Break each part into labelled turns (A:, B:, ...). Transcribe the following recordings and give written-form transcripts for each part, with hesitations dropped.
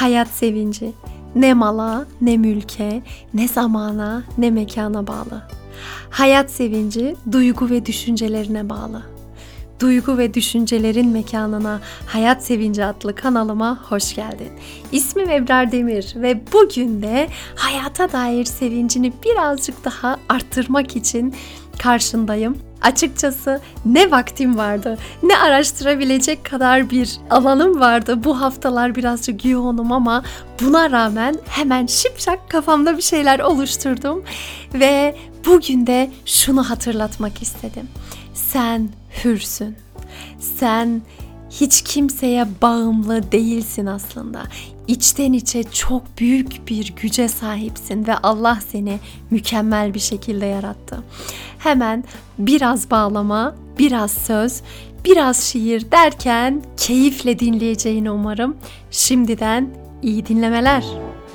A: Hayat sevinci ne mala, ne mülke, ne zamana, ne mekana bağlı. Hayat sevinci duygu ve düşüncelerine bağlı. Duygu ve düşüncelerin mekanına Hayat Sevinci adlı kanalıma hoş geldin. İsmim Ebrar Demir ve bugün de hayata dair sevincini birazcık daha arttırmak için karşındayım. Açıkçası ne vaktim vardı, ne araştırabilecek kadar bir alanım vardı. Bu haftalar birazcık yoğunum ama buna rağmen hemen şipşak kafamda bir şeyler oluşturdum. Ve bugün de şunu hatırlatmak istedim. Sen hürsün. Sen hiç kimseye bağımlı değilsin aslında. İçten içe çok büyük bir güce sahipsin ve Allah seni mükemmel bir şekilde yarattı. Hemen biraz bağlama, biraz söz, biraz şiir derken keyifle dinleyeceğini umarım. Şimdiden iyi dinlemeler.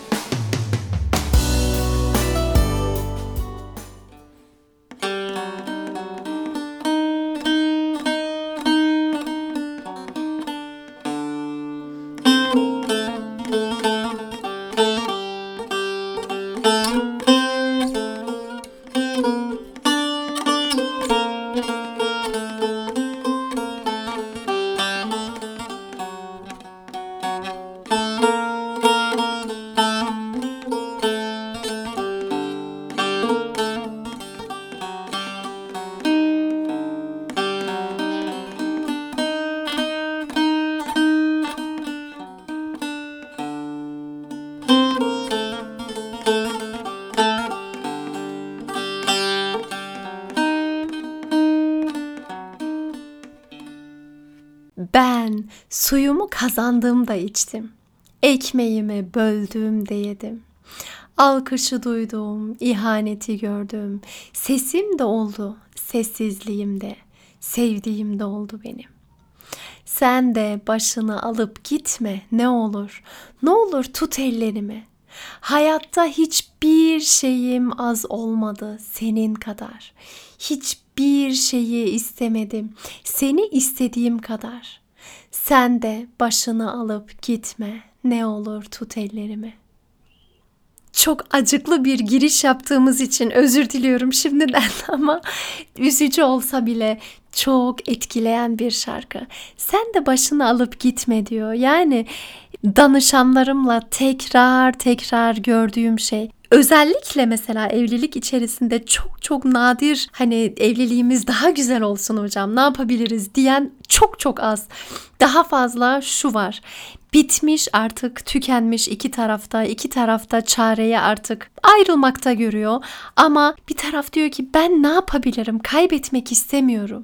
A: Ben suyumu kazandığımda içtim. Ekmeğimi böldüğümde yedim. Alkışı duydum, ihaneti gördüm. Sesim de oldu, sessizliğim de, sevdiğim de oldu benim. Sen de başını alıp gitme ne olur. Ne olur tut ellerimi. Hayatta hiçbir şeyim az olmadı senin kadar. Hiçbir şeyi istemedim seni istediğim kadar. Sen de başını alıp gitme ne olur tut ellerimi. Çok acıklı bir giriş yaptığımız için özür diliyorum şimdiden ama üzücü olsa bile çok etkileyen bir şarkı. Sen de başını alıp gitme diyor. Yani danışanlarımla tekrar gördüğüm şey. Özellikle mesela evlilik içerisinde çok nadir hani evliliğimiz daha güzel olsun hocam ne yapabiliriz diyen çok az. Daha fazla şu var. Bitmiş artık tükenmiş iki tarafta çareyi artık ayrılmakta görüyor. Ama bir taraf diyor ki ben ne yapabilirim kaybetmek istemiyorum.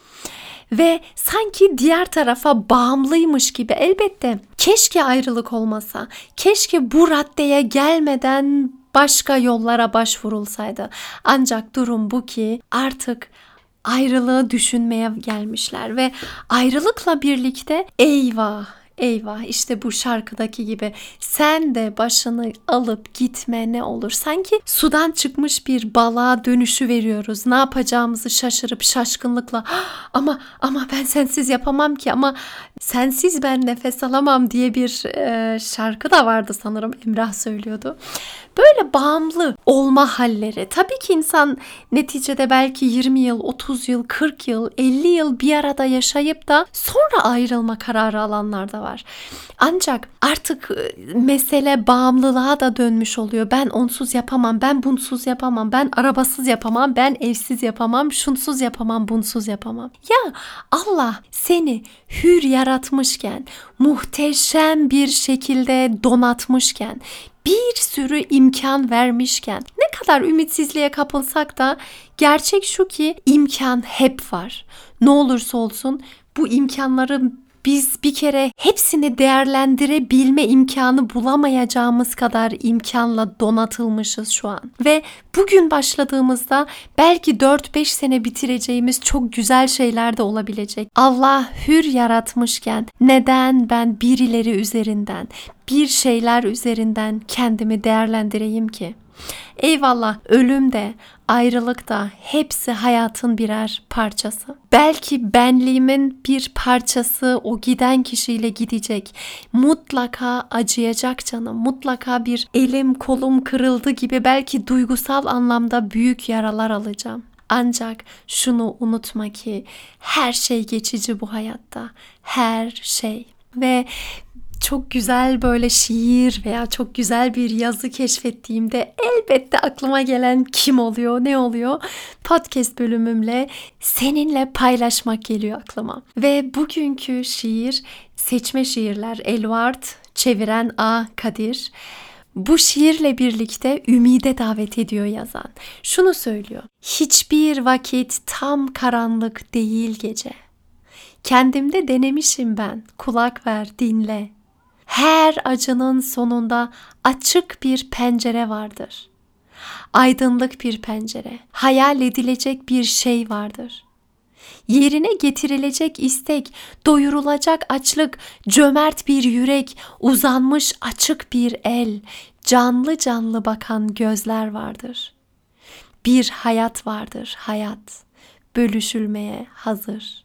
A: Ve sanki diğer tarafa bağımlıymış gibi elbette keşke ayrılık olmasa, keşke bu raddeye gelmeden başka yollara başvurulsaydı. Ancak durum bu ki artık ayrılığı düşünmeye gelmişler ve ayrılıkla birlikte eyvah işte bu şarkıdaki gibi sen de başını alıp gitme ne olur. Sanki sudan çıkmış bir balığa dönüşü veriyoruz. Ne yapacağımızı şaşırıp şaşkınlıkla ama ben sensiz yapamam ki ama sensiz ben nefes alamam diye bir şarkı da vardı sanırım Emrah söylüyordu. Böyle bağımlı olma halleri. Tabii ki insan neticede belki 20 yıl, 30 yıl, 40 yıl, 50 yıl bir arada yaşayıp da sonra ayrılma kararı alanlar da var. Ancak artık mesele bağımlılığa da dönmüş oluyor. Ben onsuz yapamam, ben bunsuz yapamam, ben arabasız yapamam, ben evsiz yapamam, şunsuz yapamam, bunsuz yapamam. Ya Allah seni hür yaratmışken, muhteşem bir şekilde donatmışken, bir sürü imkan vermişken ne kadar ümitsizliğe kapılsak da gerçek şu ki imkan hep var. Ne olursa olsun bu imkanları biz bir kere hepsini değerlendirebilme imkanı bulamayacağımız kadar imkanla donatılmışız şu an. Ve bugün başladığımızda belki 4-5 sene bitireceğimiz çok güzel şeyler de olabilecek. Allah hür yaratmışken neden ben birileri üzerinden, bir şeyler üzerinden kendimi değerlendireyim ki? Eyvallah, ölüm de, ayrılık da hepsi hayatın birer parçası. Belki benliğimin bir parçası o giden kişiyle gidecek. Mutlaka acıyacak canım. Mutlaka bir elim kolum kırıldı gibi belki duygusal anlamda büyük yaralar alacağım. Ancak şunu unutma ki her şey geçici bu hayatta. Her şey. Ve çok güzel böyle şiir veya çok güzel bir yazı keşfettiğimde elbette aklıma gelen kim oluyor, ne oluyor? Podcast bölümümle seninle paylaşmak geliyor aklıma. Ve bugünkü şiir Seçme Şiirler, Elvart, çeviren A. Kadir. Bu şiirle birlikte ümide davet ediyor yazan. Şunu söylüyor: hiçbir vakit tam karanlık değil gece. Kendimde denemişim ben, kulak ver, dinle. Her acının sonunda açık bir pencere vardır. Aydınlık bir pencere, hayal edilecek bir şey vardır. Yerine getirilecek istek, doyurulacak açlık, cömert bir yürek, uzanmış açık bir el, canlı canlı bakan gözler vardır. Bir hayat vardır, hayat, bölüşülmeye hazır.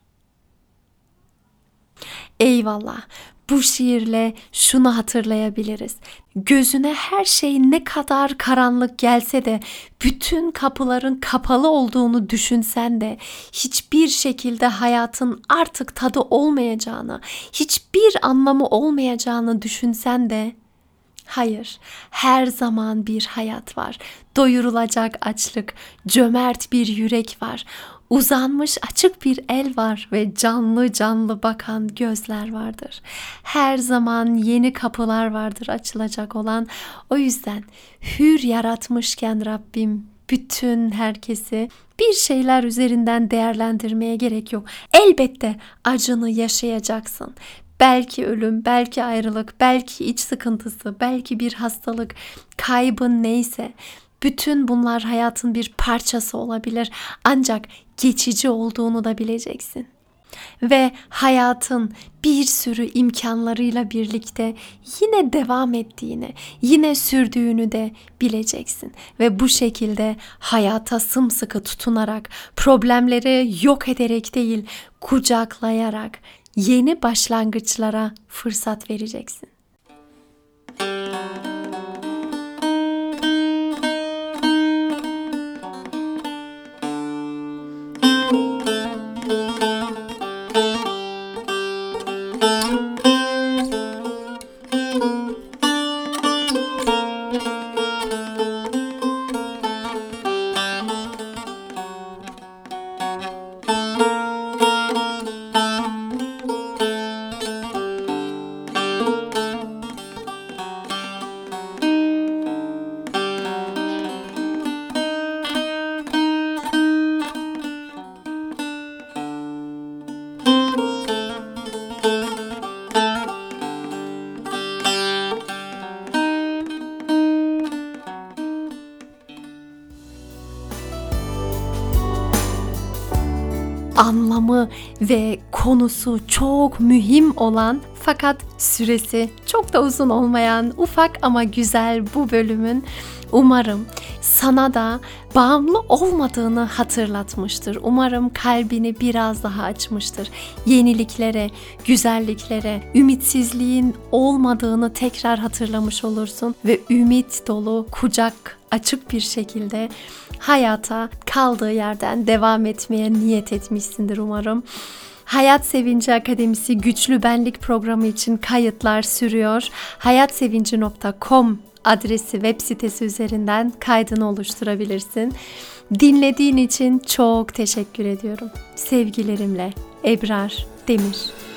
A: Eyvallah. Bu şiirle şunu hatırlayabiliriz. Gözüne her şey ne kadar karanlık gelse de, bütün kapıların kapalı olduğunu düşünsen de, hiçbir şekilde hayatın artık tadı olmayacağını, hiçbir anlamı olmayacağını düşünsen de, hayır, her zaman bir hayat var. Doyurulacak açlık, cömert bir yürek var. Uzanmış açık bir el var ve canlı canlı bakan gözler vardır. Her zaman yeni kapılar vardır açılacak olan. O yüzden hür yaratmışken Rabbim bütün herkesi bir şeyler üzerinden değerlendirmeye gerek yok. Elbette acını yaşayacaksın. Belki ölüm, belki ayrılık, belki iç sıkıntısı, belki bir hastalık, kaybın neyse. Bütün bunlar hayatın bir parçası olabilir. Ancak geçici olduğunu da bileceksin. Ve hayatın bir sürü imkanlarıyla birlikte yine devam ettiğini, yine sürdüğünü de bileceksin. Ve bu şekilde hayata sımsıkı tutunarak, problemleri yok ederek değil, kucaklayarak yeni başlangıçlara fırsat vereceksin. Anlamı ve konusu çok mühim olan fakat süresi çok da uzun olmayan ufak ama güzel bu bölümün umarım sana da bağımlı olmadığını hatırlatmıştır. Umarım kalbini biraz daha açmıştır. Yeniliklere, güzelliklere, ümitsizliğin olmadığını tekrar hatırlamış olursun ve ümit dolu, kucak açık bir şekilde hayata kaldığı yerden devam etmeye niyet etmişsindir umarım. Hayat Sevinci Akademisi Güçlü Benlik programı için kayıtlar sürüyor. hayatsevinci.com adresi web sitesi üzerinden kaydını oluşturabilirsin. Dinlediğin için çok teşekkür ediyorum. Sevgilerimle Ebrar Demir.